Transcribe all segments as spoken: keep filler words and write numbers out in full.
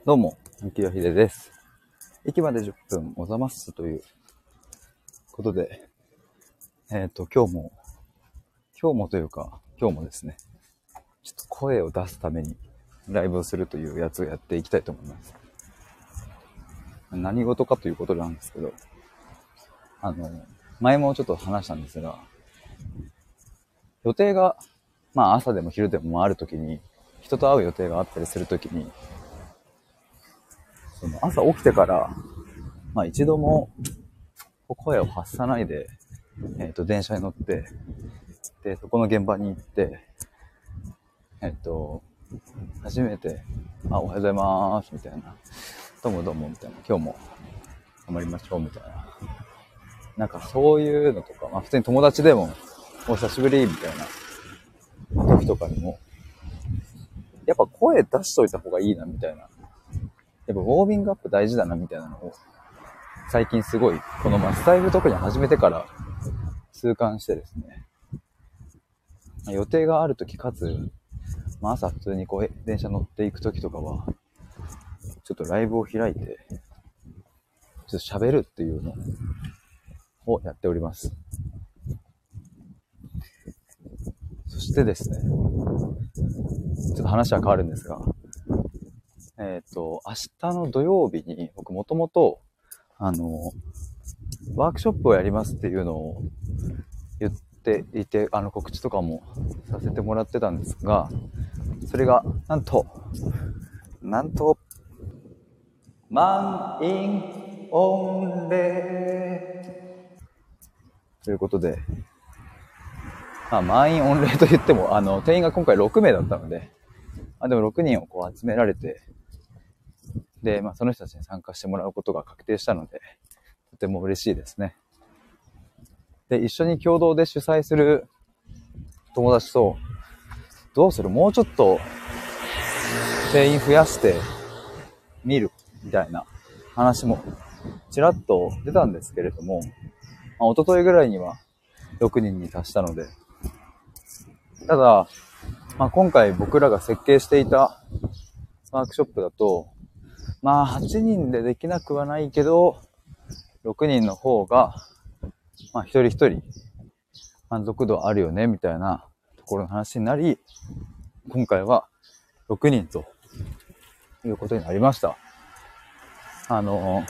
どうも、みきよひでです。駅までじゅっぷんおざますということで、えっと、今日も、今日もというか、今日もですね、ちょっと声を出すためにライブをするというやつをやっていきたいと思います。何事かということなんですけど、あの、前もちょっと話したんですが、予定が、まあ朝でも昼でもあるときに、人と会う予定があったりするときに、その朝起きてから、まあ一度も声を発さないで、えっと、電車に乗って、で、そこの現場に行って、えっと、初めて、あ、おはようございます、みたいな。どうもどうも、みたいな。今日も頑張りましょう、みたいな。なんかそういうのとか、まあ普通に友達でも、お久しぶり、みたいな時とかにも、やっぱ声出しといた方がいいな、みたいな。やっぱウォーミングアップ大事だな、みたいなのを、最近すごい、このまあスタイル特に始めてから痛感してですね。予定がある時かつ、まあ、朝普通にこう電車乗っていく時とかは、ちょっとライブを開いて、ちょっと喋るっていうのをやっております。そしてですね、ちょっと話は変わるんですが、えっと、明日の土曜日に僕もともと、あの、ワークショップをやりますっていうのを言っていて、あの告知とかもさせてもらってたんですが、それが、なんと、なんと、満員御礼ということで、まあ、満員御礼と言っても、あの、定員が今回ろくめいだったので、あでもろくにんをこう集められて、で、まあ、その人たちに参加してもらうことが確定したので、とても嬉しいですね。で、一緒に共同で主催する友達と、どうする？もうちょっと定員増やしてみるみたいな話もちらっと出たんですけれども、まあ、一昨日ぐらいにはろくにんに達したので、ただ、まあ、今回僕らが設計していたワークショップだと、まあはちにんでできなくはないけど、ろくにんの方が、まあ一人一人満足度あるよね、みたいなところの話になり、今回はろくにんということになりました。あの、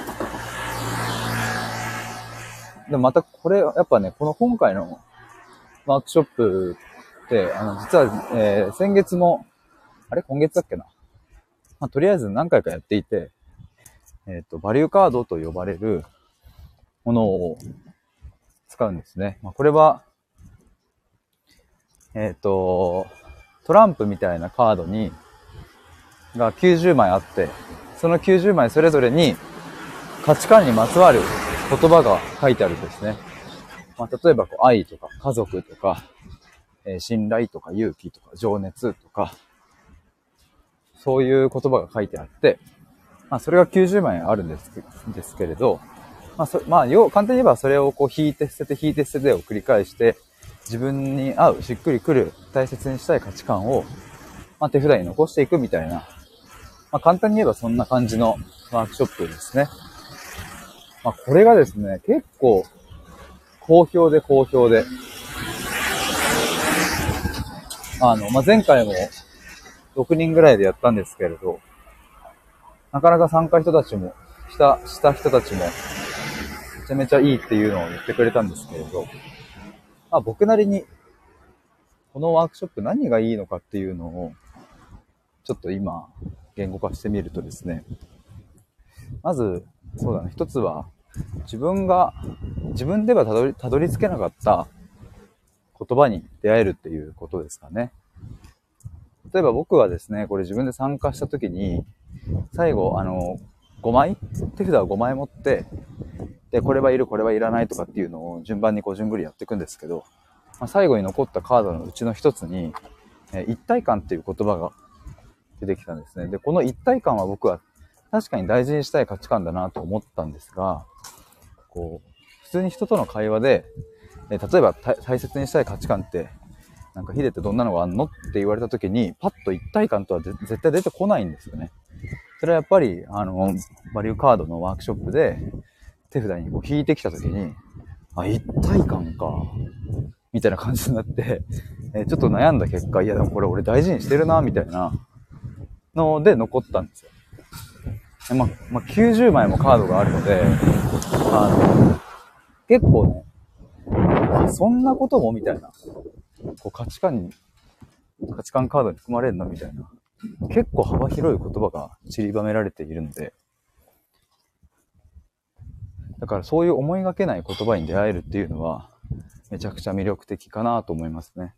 でもまたこれ、やっぱね、この今回のワークショップって、あの、実は、えー、先月も、あれ今月だっけな、まあ、とりあえず何回かやっていて、えっと、バリューカードと呼ばれるものを使うんですね。まあ、これは、えっと、トランプみたいなカードに、がきゅうじゅうまいあって、そのきゅうじゅうまいそれぞれに価値観にまつわる言葉が書いてあるんですね。まあ、例えばこう愛とか家族とか、えー、信頼とか勇気とか情熱とか、そういう言葉が書いてあって、まあ、それがきゅうじゅうまいあるんですですけれど、まあ、そまあ、要簡単に言えばそれをこう引いて捨てて引いて捨ててを繰り返して、自分に合うしっくりくる大切にしたい価値観を、まあ、手札に残していくみたいな、まあ、簡単に言えばそんな感じのワークショップですね。まあ、これがですね、結構好評で好評で、あの、まあ、前回もろくにんぐらいでやったんですけれど、なかなか参加人たちも、した、した人たちも、めちゃめちゃいいっていうのを言ってくれたんですけれど、まあ、僕なりに、このワークショップ何がいいのかっていうのを、ちょっと今、言語化してみるとですね、まず、そうだね、一つは、自分が、自分ではたどり、たどり着けなかった言葉に出会えるっていうことですかね。例えば僕はですね、これ自分で参加した時に、最後、あの、ごまい手札をごまい持って、で、これはいる、これはいらないとかっていうのを順番にこう順繰りやっていくんですけど、まあ、最後に残ったカードのうちの一つに、えー、一体感っていう言葉が出てきたんですね。で、この一体感は僕は確かに大事にしたい価値観だなと思ったんですが、こう、普通に人との会話で、えー、例えば大切にしたい価値観って、なんかヒデってどんなのがあんのって言われた時に、パッと一体感とは絶対出てこないんですよね。 それはやっぱり、あの、バリューカードのワークショップで手札にこう引いてきたときに、あ、一体感か、みたいな感じになって、えー、ちょっと悩んだ結果、いやでもこれ俺大事にしてるな、みたいなので残ったんですよ。まあ、まあ、きゅうじゅうまいもカードがあるので、あの、結構ね、あ、そんなこともみたいな、こう価値観に、価値観カードに含まれるのみたいな、結構幅広い言葉が散りばめられているので、だからそういう思いがけない言葉に出会えるっていうのは、めちゃくちゃ魅力的かなと思いますね。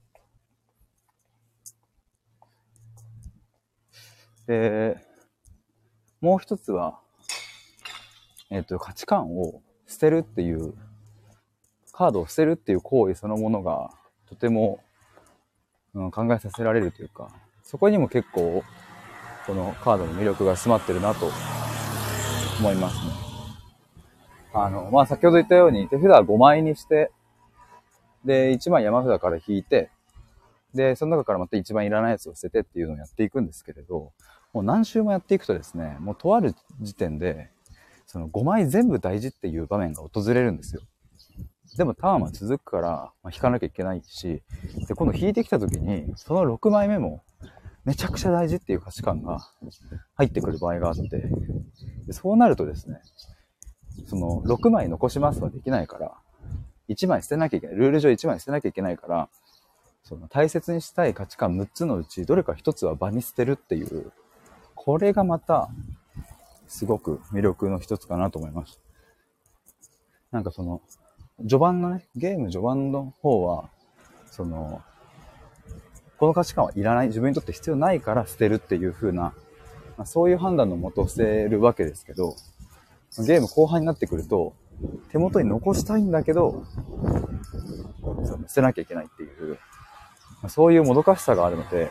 で、もう一つは、えっと、価値観を捨てるっていう、カードを捨てるっていう行為そのものが、とても、うん、考えさせられるというか、そこにも結構、このカードの魅力が詰まってるなと思いますね。あの、まあ、先ほど言ったように、手札はごまいにして、で、いちまい山札から引いて、で、その中からまた一番いらないやつを捨ててっていうのをやっていくんですけれど、もう何周もやっていくとですね、もうとある時点で、そのごまい全部大事っていう場面が訪れるんですよ。でもターンは続くから、まあ、引かなきゃいけないし、で、今度引いてきた時に、そのろくまいめもめちゃくちゃ大事っていう価値観が入ってくる場合があって、でそうなるとですね、そのろくまい残しますはできないから、いちまい捨てなきゃいけない。ルール上いちまい捨てなきゃいけないから、その大切にしたい価値観むっつのうちどれかひとつは場に捨てるっていう、これがまたすごく魅力の一つかなと思います。なんかその序盤のね、ゲーム序盤の方は、そのこの価値観はいらない、自分にとって必要ないから捨てるっていう風な、まあ、そういう判断のもと捨てるわけですけど、ゲーム後半になってくると手元に残したいんだけど捨てなきゃいけないっていう、まあ、そういうもどかしさがあるので、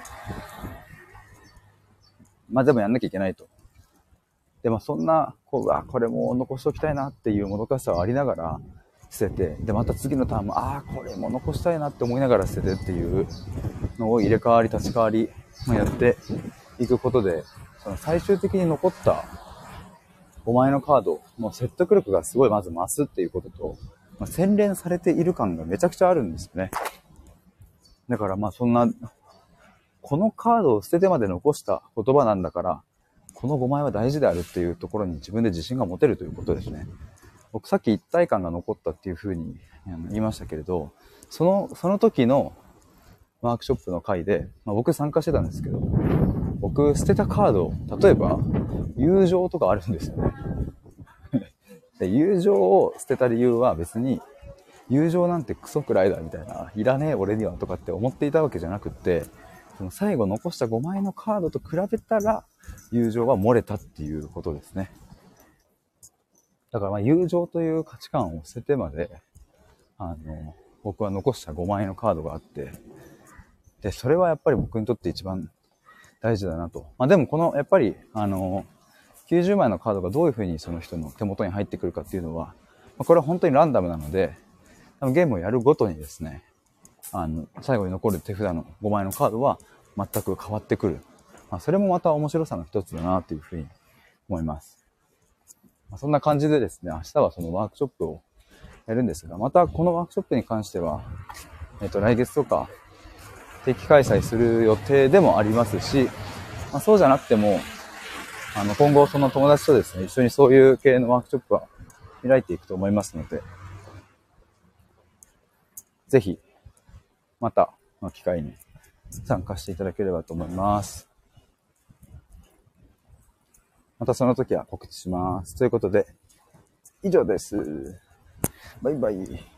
まあでもやんなきゃいけないと。でもそんなこう、あ、これも残しておきたいなっていうもどかしさはありながら捨てて、でまた次のターンも、ああこれも残したいなって思いながら捨ててっていうのを入れ替わり立ち替わり、まあ、やっていくことで、その最終的に残ったごまいのカードの説得力がすごいまず増すっていうことと、まあ、洗練されている感がめちゃくちゃあるんですよね。だからまあそんな、このカードを捨ててまで残した言葉なんだから、このごまいは大事であるっていうところに自分で自信が持てるということですね。僕さっき一体感が残ったっていうふうに言いましたけれど、その、その時のワークショップの回で、まあ、僕参加してたんですけど、僕捨てたカード、例えば友情とかあるんですよね。で友情を捨てた理由は別に、友情なんてクソくらいだみたいな、いらねえ俺にはとかって思っていたわけじゃなくって、その最後残したごまいのカードと比べたら友情は漏れたっていうことですね。だからまあ友情という価値観を捨ててまで、あの僕は残したごまいのカードがあって、でそれはやっぱり僕にとって一番大事だなと。まあでもこのやっぱりあのきゅうじゅうまいのカードがどういう風にその人の手元に入ってくるかっていうのは、まあ、これは本当にランダムなので、ゲームをやるごとにですね、あの最後に残る手札のごまいのカードは全く変わってくる。まあ、それもまた面白さの一つだなというふうに思います。まあ、そんな感じでですね、明日はそのワークショップをやるんですが、またこのワークショップに関しては、えっと、来月とか定期開催する予定でもありますし、まあ、そうじゃなくても、あの、今後その友達とですね、一緒にそういう系のワークショップは開いていくと思いますので、ぜひ、またの機会に参加していただければと思います。またその時は告知します。ということで、以上です。バイバイ。